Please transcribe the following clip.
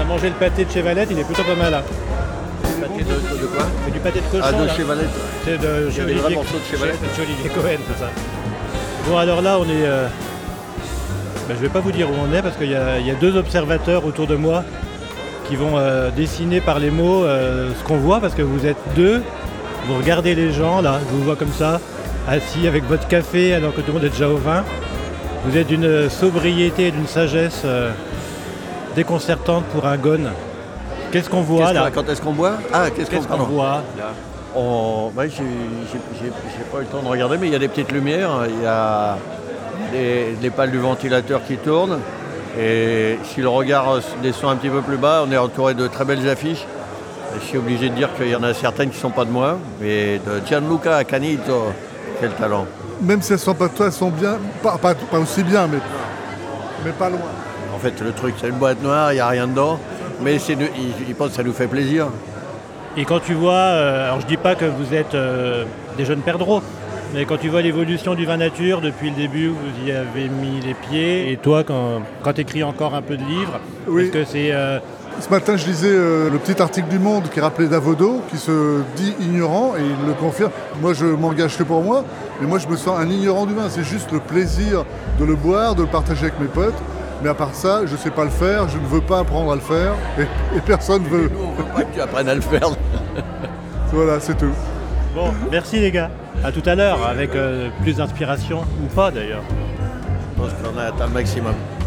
mangé le pâté de chez Valette, il est plutôt pas mal. Hein. Pâté de quoi? C'est du pâté de cochon. Ah, de là. chez Valette. C'est de chez des vrais Olivier, morceaux de chez Valette. chez Olivier Cohen, c'est ça. Bon, alors là, on est... je vais pas vous dire où on est parce qu'il y a deux observateurs autour de moi qui vont dessiner par les mots ce qu'on voit parce que vous êtes deux, vous regardez les gens, là, je vous vois comme ça, assis avec votre café alors que tout le monde est déjà au vin. Vous êtes d'une sobriété et d'une sagesse déconcertante pour un gone. Qu'est-ce qu'on voit là? Quand est-ce qu'on boit? Ah, qu'est-ce qu'on voit? Ouais, j'ai pas eu le temps de regarder, mais il y a des petites lumières, il y a les pales du ventilateur qui tournent. Et si le regard descend un petit peu plus bas, on est entouré de très belles affiches. Et je suis obligé de dire qu'il y en a certaines qui ne sont pas de moi, mais de Gianluca Canito. Quel talent. Même si elles ne sont pas de toi, elles sont bien, pas aussi bien, mais pas loin. En fait, le truc, c'est une boîte noire, il n'y a rien dedans, mais il pense que ça nous fait plaisir. Et quand tu vois, alors je dis pas que vous êtes des jeunes perdreaux, mais quand tu vois l'évolution du vin nature depuis le début, vous y avez mis les pieds, et toi, quand tu écris encore un peu de livres, oui. Est-ce que c'est... Ce matin, je lisais le petit article du Monde qui rappelait Davodo, qui se dit ignorant, et il le confirme. Moi, je m'engage que pour moi, mais moi, je me sens un ignorant du vin. C'est juste le plaisir de le boire, de le partager avec mes potes. Mais à part ça, je ne sais pas le faire, je ne veux pas apprendre à le faire, et personne ne veut. Nous, on ne veut pas que tu apprennes à le faire. Voilà, c'est tout. Bon, merci les gars. À tout à l'heure, avec plus d'inspiration, ou pas d'ailleurs. Je pense qu'on a atteint le maximum.